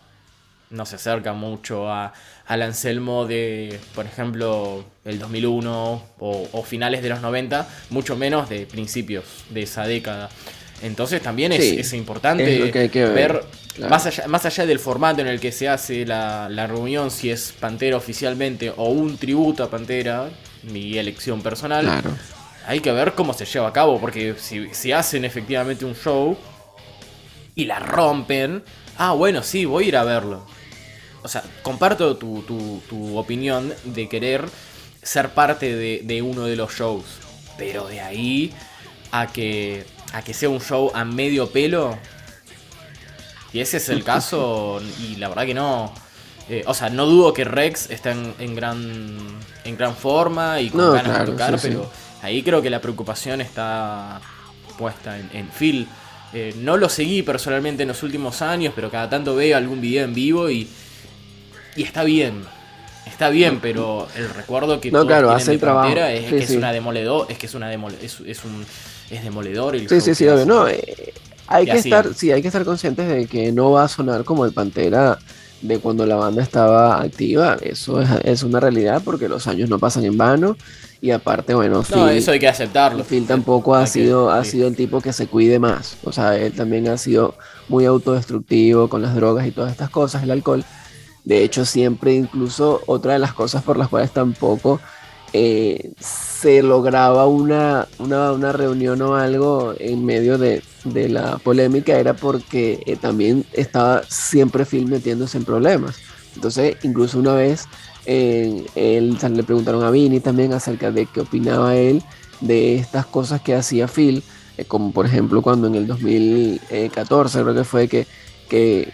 mucho al Anselmo de, por ejemplo, el 2001 o finales de los 90, mucho menos de principios de esa década. Entonces también es importante es lo que hay que ver, claro. más allá del formato en el que se hace la reunión, si es Pantera oficialmente o un tributo a Pantera, mi elección personal, claro. Hay que ver cómo se lleva a cabo, porque si hacen efectivamente un show y la rompen, bueno, sí, voy a ir a verlo. O sea, comparto tu opinión de querer ser parte de uno de los shows, pero de ahí a que sea un show a medio pelo, y ese es el caso, y la verdad que no. O sea, no dudo que Rex está en gran forma y con ganas de tocar, pero sí. Ahí creo que la preocupación está puesta en Phil. No lo seguí personalmente en los últimos años, pero cada tanto veo algún video en vivo y está bien. Está bien, pero el recuerdo que todos tienen de Pantera es que es una demoledor, es demoledor el show. Sí, obvio, no. Hay que estar conscientes de que no va a sonar como el Pantera de cuando la banda estaba activa. Eso es una realidad, porque los años no pasan en vano. Y aparte, bueno, Phil, eso hay que aceptarlo. Phil tampoco ha sido el tipo que se cuide más. O sea, él también ha sido muy autodestructivo con las drogas y todas estas cosas, el alcohol. De hecho, siempre, incluso otra de las cosas por las cuales tampoco se lograba una reunión o algo en medio de la polémica, era porque también estaba siempre Phil metiéndose en problemas. Entonces, incluso una vez le preguntaron a Vinny también acerca de qué opinaba él de estas cosas que hacía Phil, como por ejemplo cuando en el 2014 creo que fue que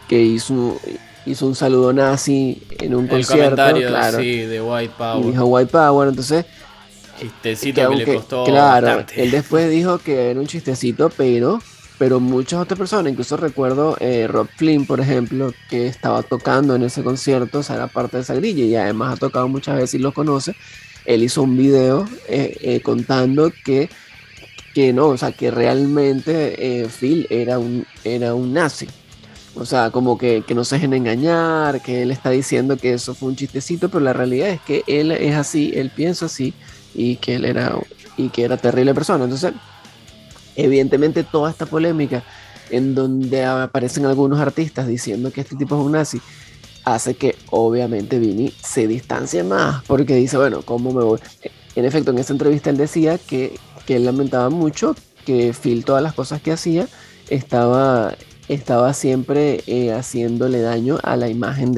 hizo un saludo nazi en un concierto, claro, sí, de White Power. Y dijo White Power, entonces chistecito que le costó bastante. Él después dijo que era un chistecito, pero muchas otras personas, incluso recuerdo Rob Flynn, por ejemplo, que estaba tocando en ese concierto, o sea, era parte de esa grilla y además ha tocado muchas veces y lo conoce. Él hizo un video contando que no, o sea, que realmente Phil era un nazi. O sea, como que no se dejen engañar, que él está diciendo que eso fue un chistecito, pero la realidad es que él es así, él piensa así, y que él era terrible persona. Entonces, evidentemente toda esta polémica en donde aparecen algunos artistas diciendo que este tipo es un nazi, hace que obviamente Vinny se distancie más, porque dice, bueno, ¿cómo me voy? En efecto, en esa entrevista él decía que él lamentaba mucho que Phil, todas las cosas que hacía, estaba siempre haciéndole daño a la imagen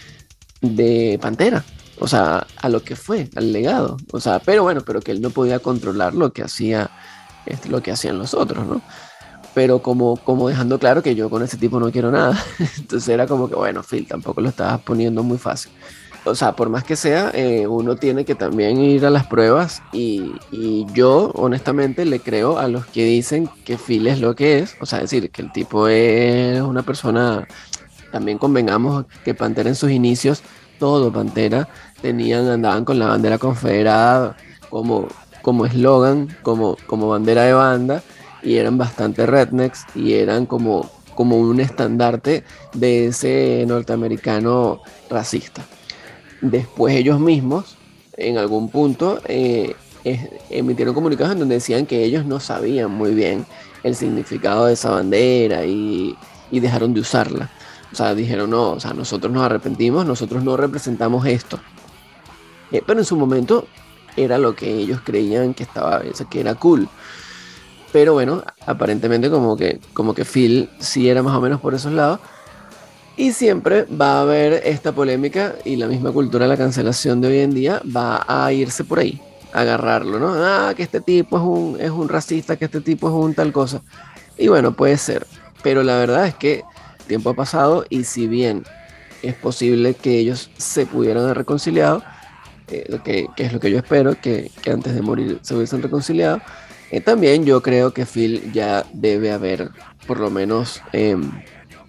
de Pantera, o sea, a lo que fue, al legado, o sea, pero que él no podía controlar lo que hacían los otros, ¿no? Pero como dejando claro que yo con ese tipo no quiero nada. Entonces era como que, bueno, Phil, tampoco lo estabas poniendo muy fácil. O sea, por más que sea, uno tiene que también ir a las pruebas y yo honestamente le creo a los que dicen que Phil es lo que es. O sea, decir que el tipo es una persona, también convengamos que Pantera en sus inicios, todo Pantera, andaban con la bandera confederada como eslogan, como bandera de banda, y eran bastante rednecks y eran como un estandarte de ese norteamericano racista. Después ellos mismos, en algún punto, emitieron comunicados en donde decían que ellos no sabían muy bien el significado de esa bandera y dejaron de usarla. O sea, dijeron, no, o sea, nosotros nos arrepentimos, nosotros no representamos esto. Pero en su momento era lo que ellos creían que era cool. Pero bueno, aparentemente como que Phil sí era más o menos por esos lados. Y siempre va a haber esta polémica y la misma cultura de la cancelación de hoy en día va a irse por ahí, a agarrarlo, ¿no? Que este tipo es un racista, que este tipo es un tal cosa. Y bueno, puede ser. Pero la verdad es que el tiempo ha pasado y si bien es posible que ellos se pudieran haber reconciliado, que es lo que yo espero, que antes de morir se hubiesen reconciliado, también yo creo que Phil ya debe haber por lo menos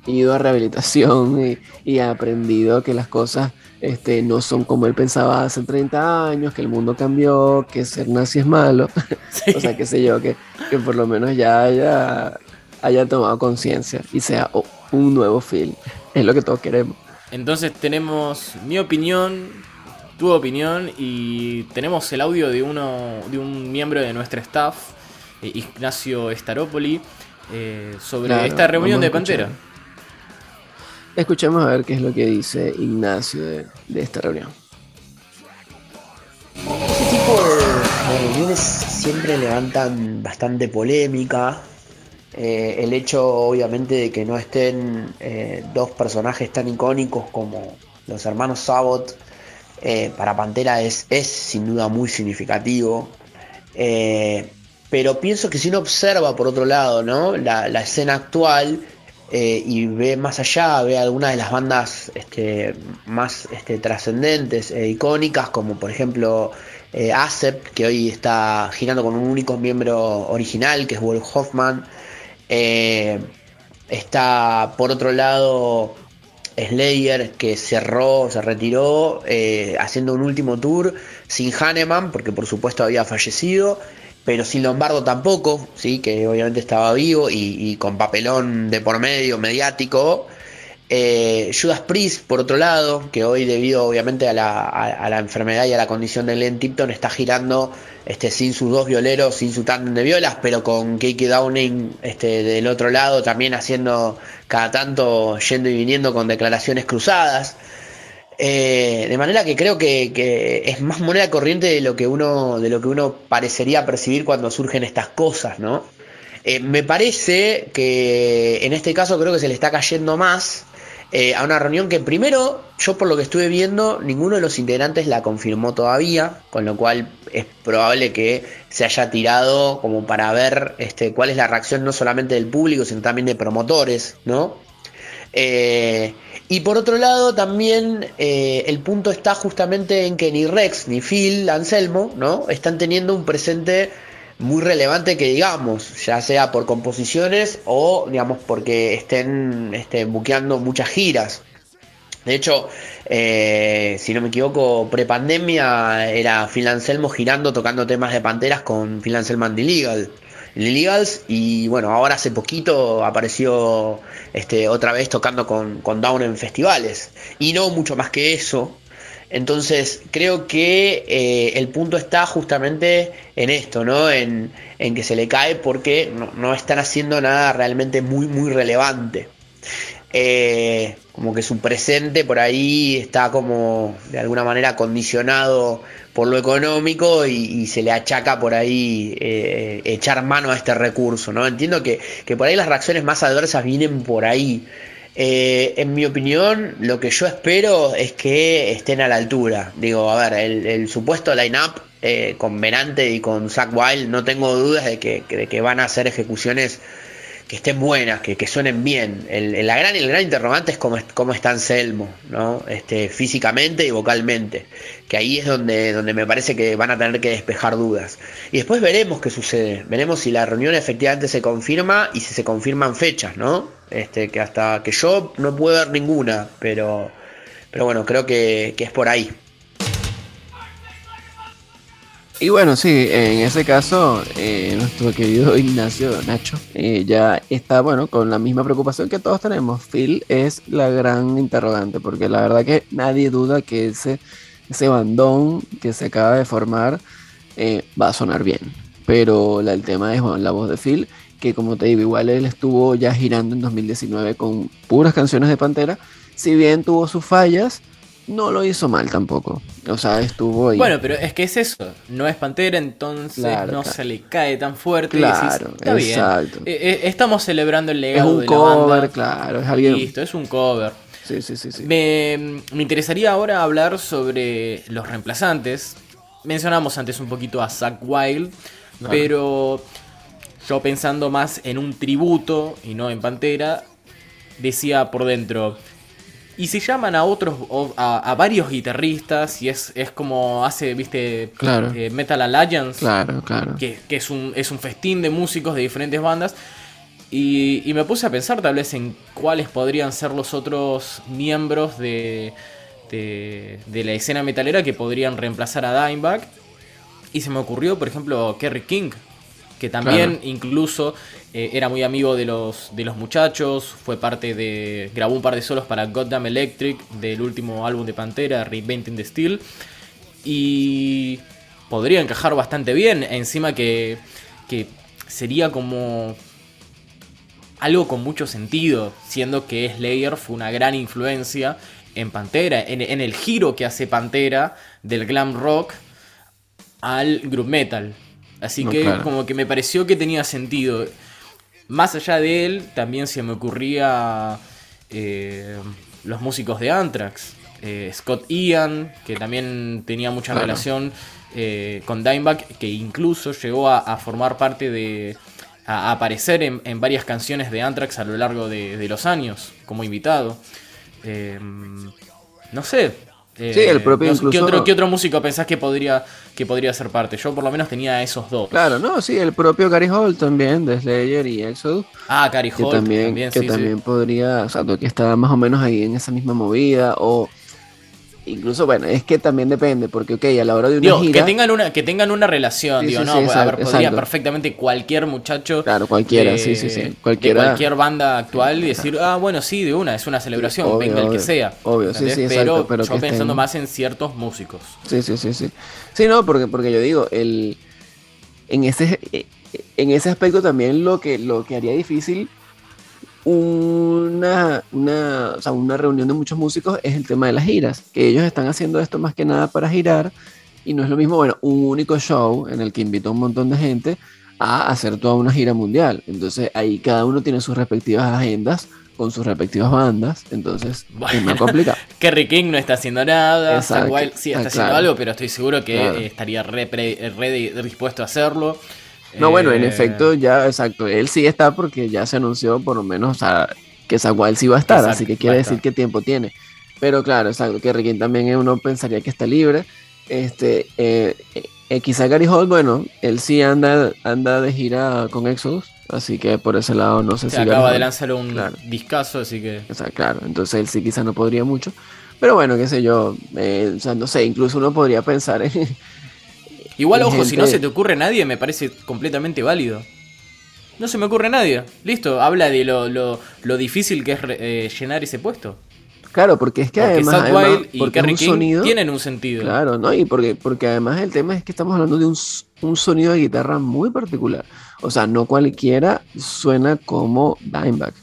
ido a rehabilitación y ha aprendido que las cosas no son como él pensaba hace 30 años, que el mundo cambió, que ser nazi es malo. Sí. O sea, qué sé yo, que por lo menos ya haya tomado conciencia y sea un nuevo Phil. Es lo que todos queremos. Entonces tenemos mi opinión, tu opinión, y tenemos el audio de un miembro de nuestro staff, Ignacio Staropoli, sobre esta reunión de Pantera. Escuchemos a ver qué es lo que dice Ignacio de esta reunión. Este tipo de reuniones siempre levantan bastante polémica. El hecho, obviamente, de que no estén dos personajes tan icónicos como los hermanos Sabbath para Pantera es sin duda muy significativo. Pero pienso que si uno observa, por otro lado, ¿no?, la escena actual, y ve más allá, ve algunas de las bandas más trascendentes e icónicas, como por ejemplo Accept, que hoy está girando con un único miembro original, que es Wolf Hoffman. Está por otro lado Slayer, que se retiró haciendo un último tour sin Hanneman, porque por supuesto había fallecido, pero sin Lombardo tampoco, ¿sí?, que obviamente estaba vivo y con papelón de por medio mediático. Judas Priest, por otro lado, que hoy, debido obviamente a la enfermedad y a la condición de Glenn Tipton, está girando sin sus dos violeros, sin su tándem de violas, pero con Keke Downing del otro lado, también haciendo cada tanto, yendo y viniendo con declaraciones cruzadas. De manera que creo que es más moneda corriente de lo que uno parecería percibir cuando surgen estas cosas, ¿no? Me parece que en este caso creo que se le está cayendo más a una reunión que, primero, yo por lo que estuve viendo, ninguno de los integrantes la confirmó todavía, con lo cual es probable que se haya tirado como para ver cuál es la reacción no solamente del público, sino también de promotores, ¿no? Y por otro lado también el punto está justamente en que ni Rex ni Phil Anselmo, ¿no?, están teniendo un presente muy relevante, que digamos, ya sea por composiciones o digamos porque estén buqueando muchas giras. De hecho, si no me equivoco, prepandemia era Phil Anselmo girando, tocando temas de Panteras con Phil Anselmo and the Illegals, y bueno, ahora hace poquito apareció otra vez tocando con Down en festivales, y no mucho más que eso. Entonces creo que el punto está justamente en esto, ¿no? En que se le cae porque no están haciendo nada realmente muy muy relevante. Como que su presente por ahí está como de alguna manera condicionado por lo económico y se le achaca por ahí echar mano a este recurso, ¿no? Entiendo que por ahí las reacciones más adversas vienen por ahí. En mi opinión, lo que yo espero es que estén a la altura. Digo, a ver, el supuesto line-up con Menante y con Zakk Wylde, no tengo dudas de que van a hacer ejecuciones que estén buenas, que suenen bien. El gran interrogante es cómo está Anselmo, ¿no? Físicamente y vocalmente, que ahí es donde me parece que van a tener que despejar dudas. Y después veremos qué sucede, veremos si la reunión efectivamente se confirma y si se confirman fechas, ¿no? Que hasta que yo no puedo ver ninguna, pero bueno, creo que es por ahí. Y bueno, sí, en ese caso, nuestro querido Ignacio Nacho ya está, bueno, con la misma preocupación que todos tenemos. Phil es la gran interrogante, porque la verdad que nadie duda que ese bandón que se acaba de formar va a sonar bien. Pero el tema es, bueno, la voz de Phil, que como te digo, igual él estuvo ya girando en 2019 con puras canciones de Pantera. Si bien tuvo sus fallas, no lo hizo mal tampoco. O sea, estuvo ahí. Bueno, pero es que es eso. No es Pantera, entonces claro. Se le cae tan fuerte. Claro, y decís, está exacto. Bien. Estamos celebrando el legado de la banda. Es un cover, claro. Es alguien... Listo, es un cover. Sí. Me interesaría ahora hablar sobre los reemplazantes. Mencionamos antes un poquito a Zakk Wylde, pero yo pensando más en un tributo y no en Pantera, decía por dentro... Y se llaman a otros, a varios guitarristas, y es como hace, viste, claro. Metal Alliance, claro. que es un festín de músicos de diferentes bandas. Y me puse a pensar tal vez en cuáles podrían ser los otros miembros de la escena metalera que podrían reemplazar a Dimebag. Y se me ocurrió, por ejemplo, Kerry King, que también incluso era muy amigo de los muchachos, grabó un par de solos para Goddamn Electric del último álbum de Pantera, Reinventing the Steel, y podría encajar bastante bien, encima que sería como algo con mucho sentido, siendo que Slayer fue una gran influencia en Pantera, en el giro que hace Pantera del glam rock al group metal. Así que claro, como que me pareció que tenía sentido. Más allá de él, también se me ocurría los músicos de Anthrax. Scott Ian, que también tenía mucha relación con Dimebag, que incluso llegó a formar parte a aparecer en varias canciones de Anthrax a lo largo de los años, como invitado. No sé. Sí, el propio incluso... ¿Qué otro músico pensás que podría ser parte? Yo por lo menos tenía esos dos. Claro, no, sí, el propio Gary Holt también, de Slayer y Exodus. Gary Holt también que también podría, o sea, que está más o menos ahí en esa misma movida, o incluso, bueno, es que también depende, porque ok, a la hora de una gira... Que tengan una relación, podría perfectamente cualquier muchacho... Claro, cualquiera, cualquiera. De cualquier banda actual y decir, bueno, sí, de una, es una celebración, obvio, venga el que sea. Obvio, sí, exacto. Pero yo pensando más en ciertos músicos. Sí. Sí, no, porque yo digo, en ese aspecto también lo que haría difícil una reunión de muchos músicos es el tema de las giras, que ellos están haciendo esto más que nada para girar, y no es lo mismo, bueno, un único show en el que invita a un montón de gente a hacer toda una gira mundial. Entonces ahí cada uno tiene sus respectivas agendas con sus respectivas bandas, entonces es más complicado. Kerry King no está haciendo nada, Zakk Wylde sí está haciendo algo, pero estoy seguro que estaría re dispuesto a hacerlo. No, bueno, en efecto, ya, exacto, él sí está porque ya se anunció por lo menos que Zakk Wylde sí va a estar, así que quiere decir qué tiempo tiene. Pero claro, exacto, que Ricky también uno pensaría que está libre. Quizá Gary Holt, bueno, él sí anda de gira con Exodus, así que por ese lado no sé si... acaba de lanzar un discazo, así que... O sea, claro, entonces él sí quizá no podría mucho. Pero bueno, qué sé yo, o sea, no sé, incluso uno podría pensar en... Igual, ojo, si no se te ocurre nadie, me parece completamente válido. No se me ocurre nadie. Listo, habla de lo difícil que es llenar ese puesto. Claro, porque es que además Zakk Wylde y Kerry King tienen un sentido. Claro, ¿no? Y porque además el tema es que estamos hablando de un sonido de guitarra muy particular. O sea, no cualquiera suena como Dimebag.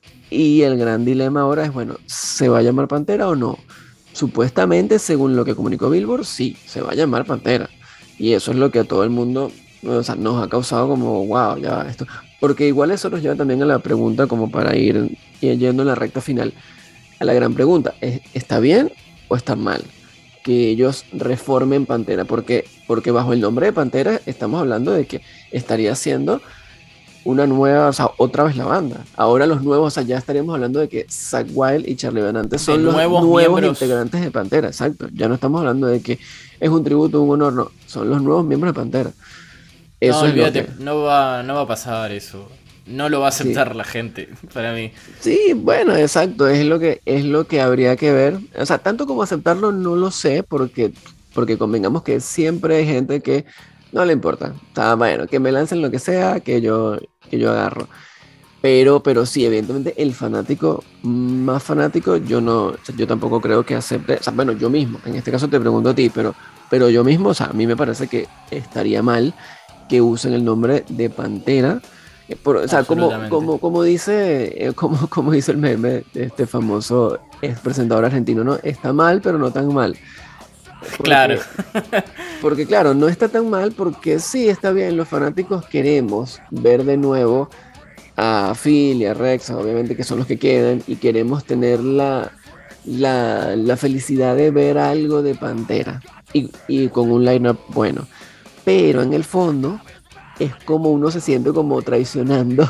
Y el gran dilema ahora es, bueno, ¿se va a llamar Pantera o no? Supuestamente, según lo que comunicó Billboard, sí, se va a llamar Pantera. Y eso es lo que a todo el mundo, o sea, nos ha causado como, wow, ya va esto. Porque igual eso nos lleva también a la pregunta, como para ir yendo en la recta final, a la gran pregunta, ¿está bien o está mal que ellos reformen Pantera? Porque bajo el nombre de Pantera estamos hablando de que estaría siendo una nueva, o sea, otra vez la banda. Ahora los nuevos, o sea, ya estaríamos hablando de que Zakk Wylde y Charlie Benante son los nuevos integrantes de Pantera, exacto. Ya no estamos hablando de que es un tributo, un honor, no. Son los nuevos miembros de Pantera. Eso no, olvídate, no va a pasar eso. No lo va a aceptar la gente, para mí. Sí, bueno, exacto, es lo que habría que ver. O sea, tanto como aceptarlo no lo sé, porque convengamos que siempre hay gente que no le importa. O sea, bueno, que me lancen lo que sea, que yo agarro. Pero sí, evidentemente el fanático más fanático, yo tampoco creo que acepte. O sea, bueno, yo mismo, en este caso te pregunto a ti, pero yo mismo, o sea, a mí me parece que estaría mal que usen el nombre de Pantera. O sea, como dice el meme de este famoso presentador argentino, ¿no? Está mal, pero no tan mal. Claro. Porque claro, no está tan mal porque sí, está bien, los fanáticos queremos ver de nuevo a Phil y a Rex, obviamente que son los que quedan, y queremos tener la felicidad de ver algo de Pantera y con un line-up bueno. Pero en el fondo es como uno se siente como traicionando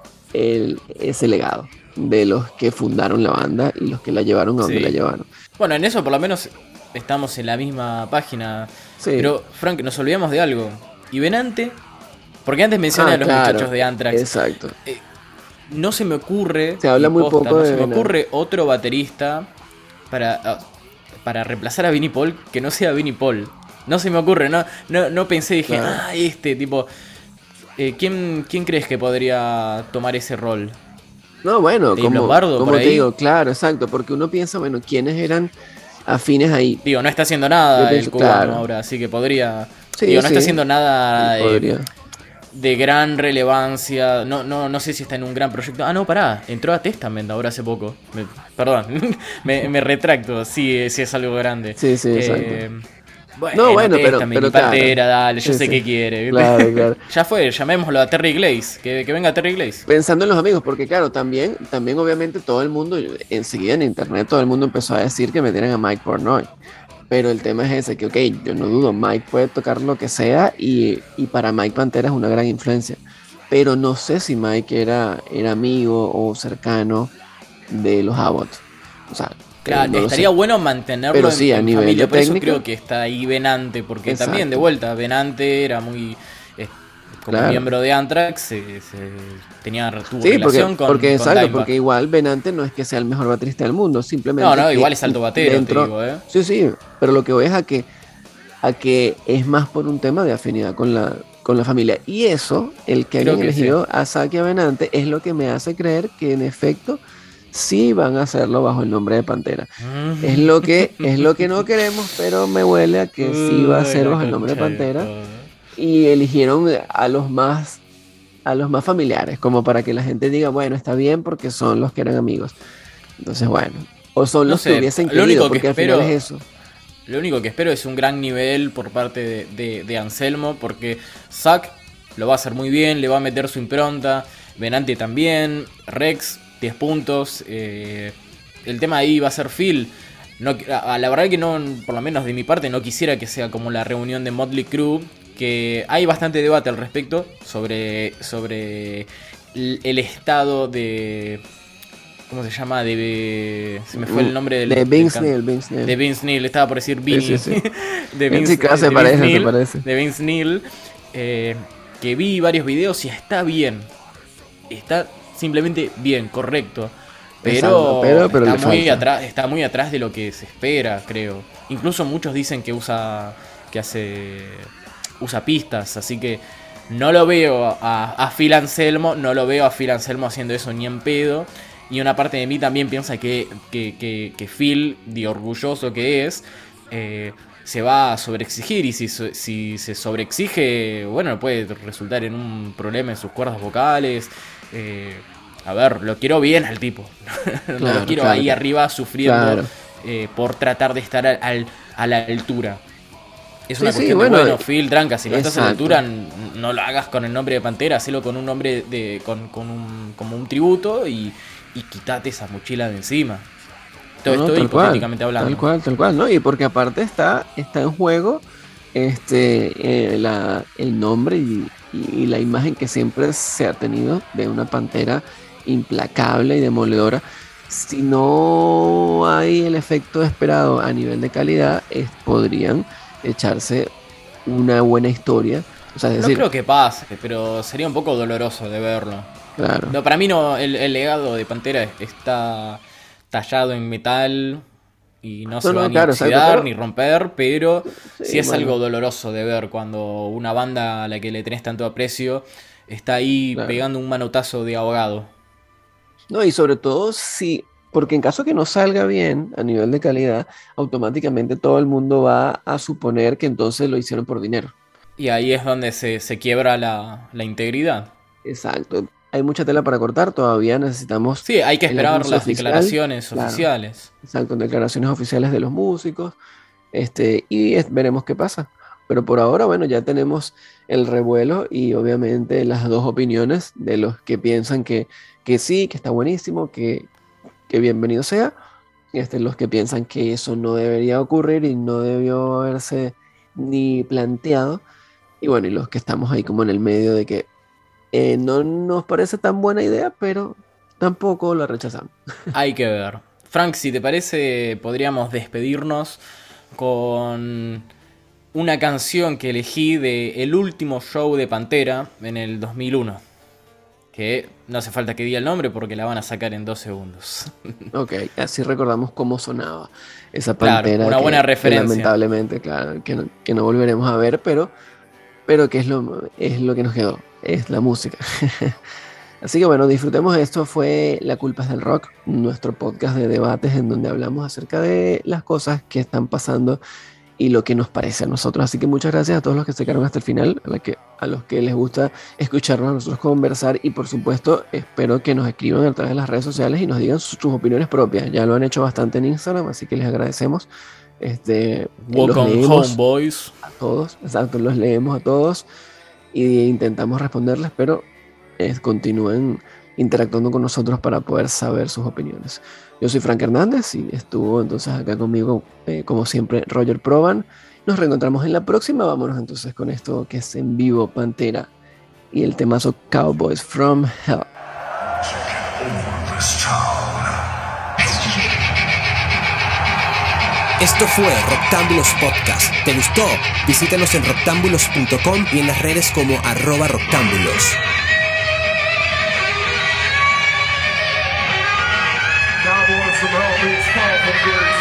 ese legado de los que fundaron la banda y los que la llevaron a donde la llevaron. Bueno, en eso por lo menos estamos en la misma página. Sí. Pero, Frank, nos olvidamos de algo. Y Benante, porque antes mencioné a los muchachos de Anthrax. Exacto. no se me ocurre. Se habla muy poco no de se me Venante. ocurre otro baterista para reemplazar a Vinnie Paul que no sea Vinnie Paul. No se me ocurre, no pensé, dije, Claro. tipo. ¿Quién crees que podría tomar ese rol? No, bueno, Dave Lombardo, como por te ahí. digo, claro, exacto, porque uno piensa, bueno, ¿quiénes eran afines ahí? Digo, no está haciendo Yo nada pienso, el cubano claro. ahora, así que podría. Sí, Digo, no está sí, haciendo nada podría. de gran relevancia. No sé si está en un gran proyecto. Ah, no, pará. Entró a Testament ahora hace poco. Perdón, me retracto. Sí, es algo grande. Sí, exacto. Bueno, No, bueno, Testament, pero y Pantera, claro. dale, yo Sí, sé sí. qué quiere. Claro. Ya fue, llamémoslo a Terry Glaze. Que venga Terry Glaze. Pensando en los amigos, porque claro, también obviamente todo el mundo, enseguida en internet todo el mundo empezó a decir que metieran a Mike Portnoy. Pero el tema es ese, que ok, yo no dudo, Mike puede tocar lo que sea y para Mike Pantera es una gran influencia. Pero no sé si Mike era amigo o cercano de los Abbott. O sea, Claro, no lo estaría sé. bueno mantenerlo Pero sí, a en nivel familia. de Por eso técnica, creo que está ahí Venante, porque también, de exacto. vuelta, Venante era muy. Como Claro. miembro de Anthrax, tuvo Sí, relación porque con exacto, Dimebag. porque igual Venante no es que sea el mejor baterista del mundo, simplemente No, que igual es alto batero, te dentro, digo, ¿eh? sí, pero lo que voy es a que es más por un tema de afinidad con la familia. Y eso, el que Creo hayan que sí. elegido a Saki y a Venante, es lo que me hace creer que en efecto sí van a hacerlo bajo el nombre de Pantera. Es lo que no queremos, pero me huele a que sí va a Uy, ser la bajo el nombre de concha de Pantera. todo. Y eligieron a los más familiares, como para que la gente diga, bueno, está bien porque son los que eran amigos. Entonces, bueno, o son No los que sé, hubiesen lo querido, único que porque al final espero. es eso. Lo único que espero es un gran nivel por parte de Anselmo, porque Zack lo va a hacer muy bien, le va a meter su impronta, Venante también, Rex, 10 puntos, el tema ahí va a ser Phil. No, la verdad que no, por lo menos de mi parte, no quisiera que sea como la reunión de Motley Crue, que hay bastante debate al respecto sobre el estado de... ¿Cómo se llama? Se me fue el nombre De Vince Neil, de Vince Neil, estaba por decir Vinny. Sí. De Vince, Sí, claro, se de Vince parece, Neil, se parece. de Vince Neil, que vi varios videos y está bien. Está simplemente bien, correcto. Exacto, Pero, pero le falta. está muy atrás de lo que se espera, creo. Incluso muchos dicen que usa pistas, así que no lo veo a Phil Anselmo, haciendo eso ni en pedo. Y una parte de mí también piensa que Phil, de orgulloso que es, se va a sobreexigir. Y si se sobreexige, bueno, puede resultar en un problema en sus cuerdas vocales. A ver, lo quiero bien al tipo. No Claro, lo quiero claro, ahí arriba sufriendo claro. por tratar de estar a la altura. Es Sí, una sí, cuestión bueno, de, bueno, Phil, tranca, si no estás a la exacto. altura, no lo hagas con el nombre de Pantera, hacelo con un nombre como un tributo y quítate esa mochila de encima. Todo No, esto tal hipotéticamente cual, hablando. tal cual, ¿no? Y porque aparte está en juego el nombre y la imagen que siempre se ha tenido de una Pantera implacable y demoledora. Si no hay el efecto esperado a nivel de calidad, podrían echarse una buena historia. O sea, es No decir, creo que pase, pero sería un poco doloroso de verlo. claro. No, para mí no, el legado de Pantera está tallado en metal y no se va No, ni a claro, exacto, oxidar pero ni romper, pero sí sí, es algo bueno, doloroso de ver cuando una banda a la que le tenés tanto aprecio está ahí claro. pegando un manotazo de ahogado. No, y sobre todo si, porque en caso que no salga bien a nivel de calidad, automáticamente todo el mundo va a suponer que entonces lo hicieron por dinero. Y ahí es donde se quiebra la integridad. Exacto. Hay mucha tela para cortar, todavía necesitamos Sí, hay que el esperar anuncio las oficial. declaraciones Claro, oficiales. exacto, declaraciones oficiales de los músicos, y veremos qué pasa. Pero por ahora, bueno, ya tenemos el revuelo y obviamente las dos opiniones de los que piensan que sí, que está buenísimo, que bienvenido sea, los que piensan que eso no debería ocurrir y no debió haberse ni planteado, y bueno, y los que estamos ahí como en el medio de que no nos parece tan buena idea, pero tampoco la rechazamos. Hay que ver. Frank, si te parece, podríamos despedirnos con una canción que elegí de el último show de Pantera en el 2001. que no hace falta que diga el nombre porque la van a sacar en 2 segundos. Ok, así recordamos cómo sonaba esa Pantera. Claro, una buena referencia. Que lamentablemente, claro, que no volveremos a ver, pero que es lo que nos quedó, es la música. Así que bueno, disfrutemos esto. Fue La Culpa es del Rock, nuestro podcast de debates en donde hablamos acerca de las cosas que están pasando y lo que nos parece a nosotros. Así que muchas gracias a todos los que se quedaron hasta el final, a los que les gusta escucharnos a nosotros conversar, y por supuesto espero que nos escriban a través de las redes sociales y nos digan sus opiniones propias. Ya lo han hecho bastante en Instagram, así que les agradecemos. Welcome home, boys. A todos, exacto, los leemos a todos y intentamos responderles, pero continúen interactuando con nosotros para poder saber sus opiniones. Yo soy Frank Hernández y estuvo entonces acá conmigo, como siempre, Roger Proban. Nos reencontramos en la próxima. Vámonos entonces con esto que es en vivo, Pantera y el temazo Cowboys from Hell. Esto fue Roctámbulos Podcast. ¿Te gustó? Visítanos en roctámbulos.com y en las redes como @roctámbulos. Cowboys from Hell meets Fall from Grace.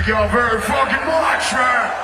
Thank y'all very fucking much, man.